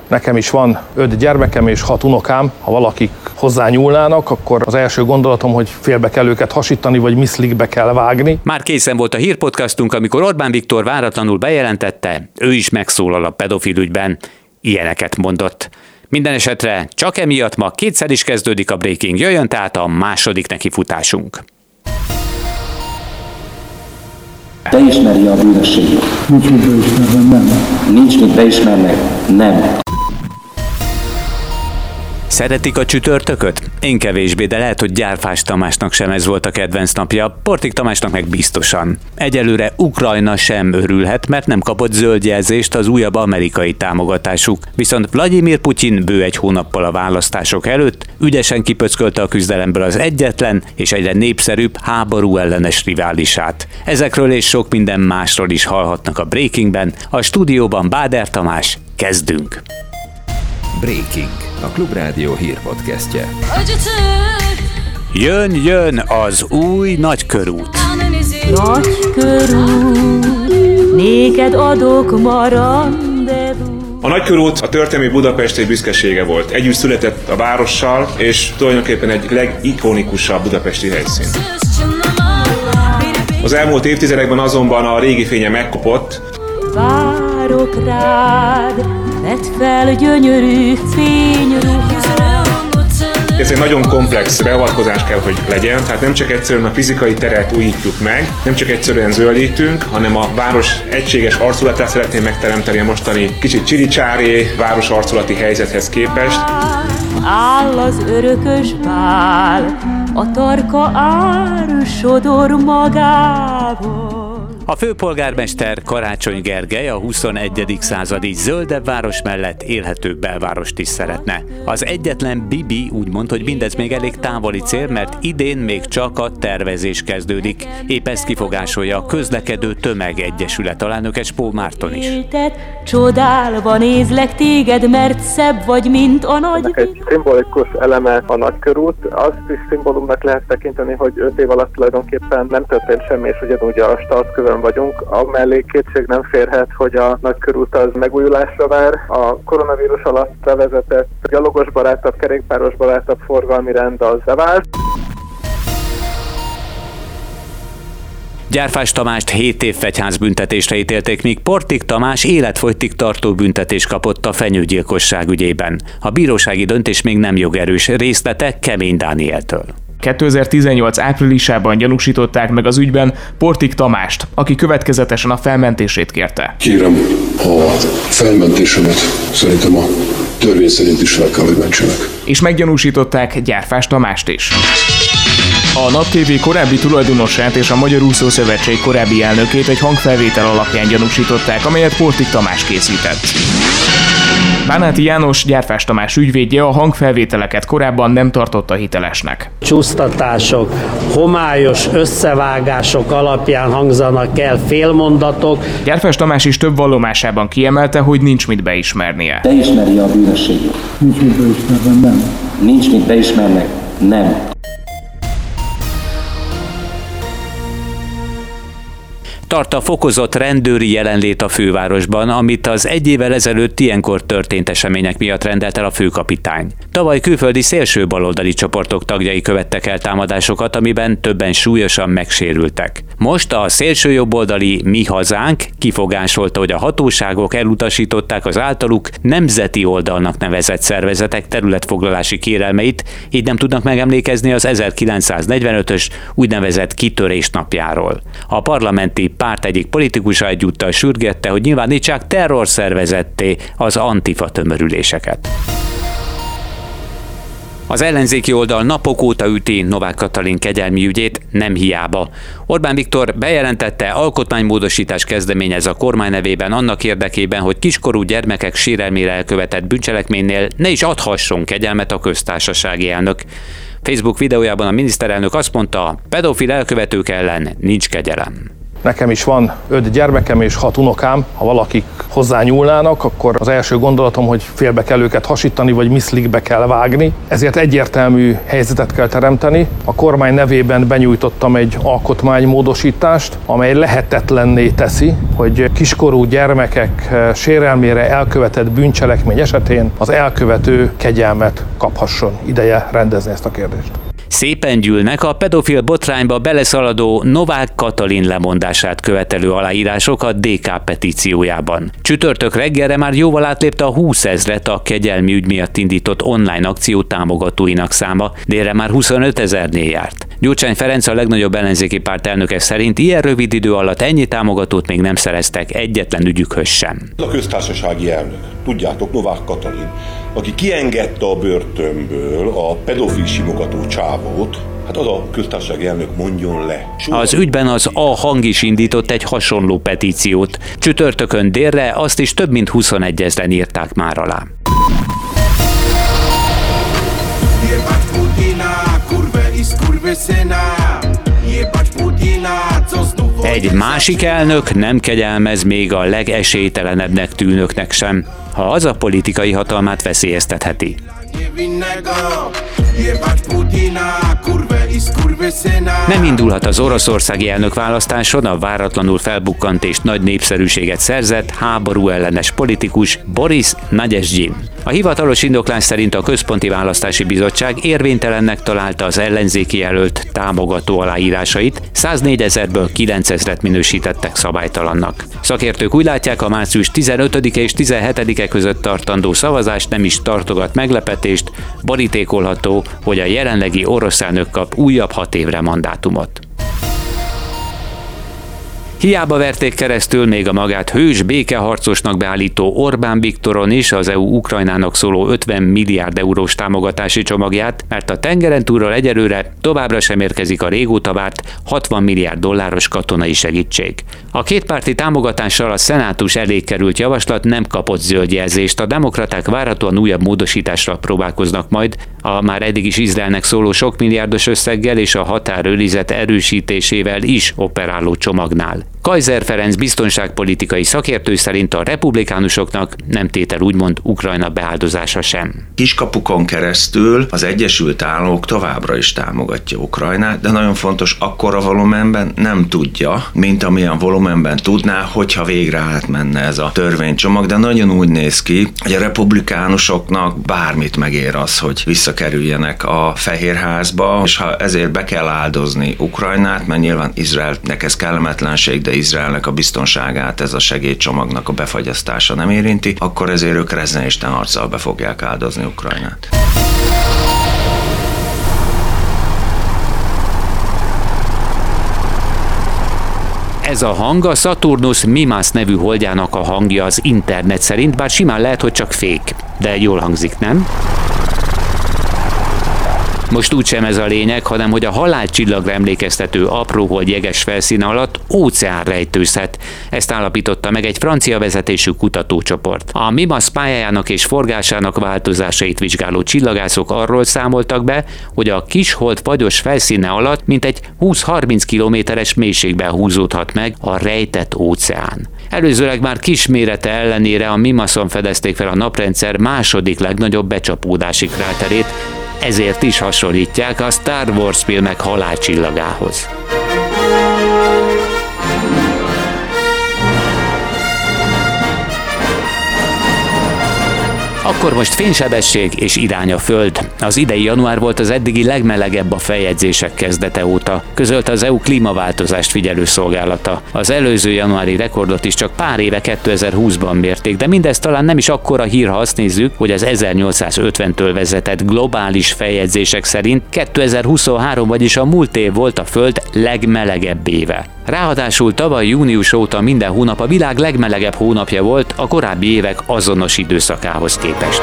Nekem is van 5 gyermekem és 6 unokám. Ha valakik hozzányúlnának, akkor az első gondolatom, hogy félbe kell őket hasítani, vagy miszlikbe kell vágni. Már készen volt a hírpodcastunk, amikor Orbán Viktor váratlanul bejelentette, ő is megszólal a pedofil ügyben. Ilyeneket mondott. Minden esetre csak emiatt ma kétszer is kezdődik a Breaking. Jöjjön tehát a második nekifutásunk. Te ismeri a bűnösséget. Nincs mit beismernem, nem. Nincs mit beismernek, nem. Szeretik a csütörtököt? Én kevésbé, de lehet, hogy Gyárfás Tamásnak sem ez volt a kedvenc napja, Portik Tamásnak meg biztosan. Egyelőre Ukrajna sem örülhet, mert nem kapott zöld jelzést az újabb amerikai támogatásuk. Viszont Vladimir Putyin bő egy hónappal a választások előtt ügyesen kipöckölte a küzdelemből az egyetlen és egyre népszerűbb háború ellenes riválisát. Ezekről és sok minden másról is hallhatnak a Breakingben, a stúdióban Báder Tamás, kezdünk! Breaking, a Klubrádió hírpodcastje. Jön az új Nagykörút. Nagykörút, néked adok ma rendezvút. A Nagykörút a történelmi Budapest egy büszkesége volt. Együtt született a várossal, és tulajdonképpen egy legikonikusabb budapesti helyszín. Az elmúlt évtizedekben azonban a régi fénye megkopott. Várok rád, vedd fel gyönyörű fényruhát. Ez egy nagyon komplex beavatkozás kell, hogy legyen, tehát nem csak egyszerűen a fizikai teret újítjuk meg, nem csak egyszerűen zöldítünk, hanem a város egységes arculatát szeretném megteremteni a mostani kicsit csiricsári város arculati helyzethez képest. Áll az örökös bál, a tarka ár sodor magával. A főpolgármester Karácsony Gergely a 21. századi zöldebb város mellett élhetőbb belvárost is szeretne. Az egyetlen bibi úgy mond, hogy mindez még elég távoli cél, mert idén még csak a tervezés kezdődik. Épp ezt kifogásolja a Közlekedő Tömegegyesület alelnöke Spó Márton is. Csodálva nézlek téged, mert szebb vagy, mint a nagy. Ennek egy szimbolikus eleme a Nagykörút. Azt is szimbólumnak lehet tekinteni, hogy 5 év alatt tulajdonképpen nem történt semmi, és ugyanúgy a startkövön vagyunk. Amellé kétség nem férhet, hogy a Nagykörút az megújulásra vár. A koronavírus alatt bevezetett gyalogos barátabb, kerékpáros barátabb forgalmi rend az bevált. Gyárfás Tamást 7 év fegyházbüntetésre ítélték, míg Portik Tamás életfogytig tartó büntetést kapott a fenyőgyilkosság ügyében. A bírósági döntés még nem jogerős, részletek Kemény Dánieltől. 2018 áprilisában gyanúsították meg az ügyben Portik Tamást, aki következetesen a felmentését kérte. Kérem, a felmentésemet szerintem a törvény szerint is fel kell, hogy mentsenek. És meggyanúsították Gyárfás Tamást is. A NAP TV korábbi tulajdonosát és a Magyar Úszó Szövetség korábbi elnökét egy hangfelvétel alapján gyanúsították, amelyet Portik Tamás készített. Bánáti János, Gyárfás Tamás ügyvédje a hangfelvételeket korábban nem tartotta hitelesnek. Csúsztatások, homályos összevágások alapján hangzanak el félmondatok. Gyárfás Tamás is több vallomásában kiemelte, hogy nincs mit beismernie. Te ismeri a bűnösséget. Nincs mit beismernem, nem. Nincs mit beismernek, nem. Tart a fokozott rendőri jelenlét a fővárosban, amit az egy évvel ezelőtt ilyenkor történt események miatt rendelt el a főkapitány. Tavaly külföldi szélső baloldali csoportok tagjai követtek el támadásokat, amiben többen súlyosan megsérültek. Most a szélsőjobboldali Mi Hazánk kifogásolta, hogy a hatóságok elutasították az általuk nemzeti oldalnak nevezett szervezetek területfoglalási kérelmeit, így nem tudnak megemlékezni az 1945-ös úgynevezett kitörés napjáról. A parlamenti párt egyik politikusa egyúttal sürgette, hogy nyilvánítsák terrorszervezetté az Antifa tömörüléseket. Az ellenzéki oldal napok óta üti Novák Katalin kegyelmi ügyét, nem hiába. Orbán Viktor bejelentette, alkotmánymódosítás kezdeményez a kormány nevében annak érdekében, hogy kiskorú gyermekek sérelmére elkövetett bűncselekménynél ne is adhasson kegyelmet a köztársasági elnök. Facebook videójában a miniszterelnök azt mondta, pedofil elkövetők ellen nincs kegyelem. Nekem is van 5 gyermekem és 6 unokám. Ha valakik hozzányúlnának, akkor az első gondolatom, hogy félbe kell őket hasítani, vagy miszlikbe kell vágni. Ezért egyértelmű helyzetet kell teremteni. A kormány nevében benyújtottam egy alkotmánymódosítást, amely lehetetlenné teszi, hogy kiskorú gyermekek sérelmére elkövetett bűncselekmény esetén az elkövető kegyelmet kaphasson. Ideje rendezni ezt a kérdést. Szépen gyűlnek a pedofil botrányba beleszaladó Novák Katalin lemondását követelő aláírások a DK petíciójában. Csütörtök reggelre már jóval átlépte a 20 000-et a kegyelmi ügy miatt indított online akció támogatóinak száma, délre már 25 000-nél járt. Gyurcsány Ferenc, a legnagyobb ellenzéki párt elnöke szerint ilyen rövid idő alatt ennyi támogatót még nem szereztek egyetlen ügyükhöz sem. A köztársasági elnök, tudjátok, Novák Katalin, aki kiengedte a börtönből a pedofil simogató csávót, hát az a köztársasági elnök mondjon le. Az ügyben az A Hang is indított egy hasonló petíciót. Csütörtökön délre azt is több mint 21 000-en írták már alá. Egy másik elnök nem kegyelmez még a legesélytelenebbnek tűnöknek sem, ha az a politikai hatalmát veszélyeztetheti. Nem indulhat az oroszországi elnökválasztáson a váratlanul felbukkant és nagy népszerűséget szerzett háború ellenes politikus Boris Nadzsedzsin. A hivatalos indoklás szerint a Központi Választási Bizottság érvénytelennek találta az ellenzéki jelölt támogató aláírásait, 104 000-ből 9 000-et minősítettek szabálytalannak. Szakértők úgy látják, a március 15-e és 17-e között tartandó szavazás nem is tartogat meglepetést, borítékolható, hogy a jelenlegi orosz elnök kap újabb 6 évre mandátumot. Hiába verték keresztül még a magát hős békeharcosnak beállító Orbán Viktoron is az EU Ukrajnának szóló 50 milliárd eurós támogatási csomagját, mert a tengeren túlról egyelőre továbbra sem érkezik a régóta várt 60 milliárd dolláros katonai segítség. A kétpárti támogatással a szenátus elé került javaslat nem kapott zöld jelzést, a demokraták várhatóan újabb módosításra próbálkoznak majd a már eddig is Izraelnek szóló sok milliárdos összeggel és a határőrizet erősítésével is operáló csomagnál. Kaiser Ferenc biztonságpolitikai szakértő szerint a republikánusoknak nem tétel úgymond Ukrajna beáldozása sem. Kiskapukon keresztül az Egyesült Államok továbbra is támogatja Ukrajnát, de nagyon fontos, akkora volumenben nem tudja, mint amilyen volumenben tudná, hogyha végre átmenne ez a törvénycsomag, de nagyon úgy néz ki, hogy a republikánusoknak bármit megér az, hogy visszakerüljenek a Fehérházba, és ha ezért be kell áldozni Ukrajnát, mert nyilván Izraelnek ez kellemetlenség, de Izraelnek a biztonságát ez a segélycsomagnak a befagyasztása nem érinti, akkor ezért ők rezzenisten harccal be fogják áldozni Ukrajnát. Ez a hang a Saturnus Mimas nevű holdjának a hangja az internet szerint, bár simán lehet, hogy csak fake, de jól hangzik, nem? Most úgysem ez a lényeg, hanem hogy a halálcsillagra emlékeztető apróhold jeges felszíne alatt óceán rejtőzhet. Ezt állapította meg egy francia vezetésű kutatócsoport. A Mimas pályájának és forgásának változásait vizsgáló csillagászok arról számoltak be, hogy a kis hold fagyos felszíne alatt mintegy 20-30 kilométeres mélységben húzódhat meg a rejtett óceán. Előzőleg már kismérete ellenére a Mimason fedezték fel a naprendszer második legnagyobb becsapódási kráterét, ezért is hasonlítják a Star Wars filmek halálcsillagához. Akkor most fénysebesség és irány a Föld. Az idei január volt az eddigi legmelegebb a feljegyzések kezdete óta, közölte az EU klímaváltozást figyelő szolgálata. Az előző januári rekordot is csak pár éve 2020-ban mérték, de mindez talán nem is akkora hír, ha azt nézzük, hogy az 1850-től vezetett globális feljegyzések szerint 2023, vagyis a múlt év volt a Föld legmelegebb éve. Ráadásul tavaly június óta minden hónap a világ legmelegebb hónapja volt a korábbi évek azonos időszakához képest.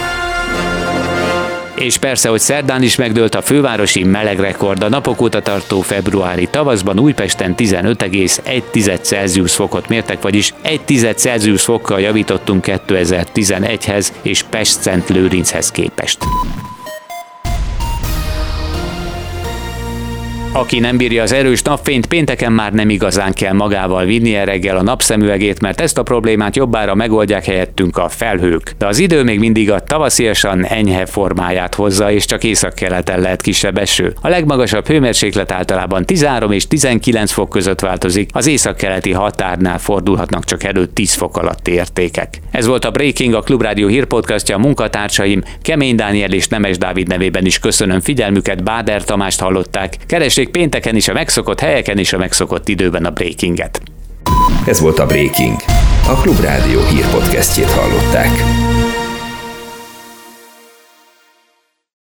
És persze, hogy szerdán is megdőlt a fővárosi melegrekord, a napok óta tartó februári tavaszban Újpesten 15,1 Celsius fokot mértek, vagyis 1 Celsius fokkal javítottunk 2011-hez és Pest-Szentlőrinchez képest. Aki nem bírja az erős napfényt, pénteken már nem igazán kell magával vinnie reggel a napszemüvegét, mert ezt a problémát jobbára megoldják helyettünk a felhők. De az idő még mindig a tavasziasan enyhe formáját hozza, és csak északkeleten lehet kisebb eső. A legmagasabb hőmérséklet általában 13 és 19 fok között változik, az északkeleti határnál fordulhatnak csak elő 10 fok alatti értékek. Ez volt a Breaking, a Klubrádió hírpodcastja. A munkatársaim Kemény Dániel és Nemes Dávid nevében is köszönöm figyelmüket, Báder Tamást hallották. Keressék pénteken is a megszokott helyeken és a megszokott időben a Breakinget. Ez volt a Breaking. A Klubrádió hírpodcastjét hallották.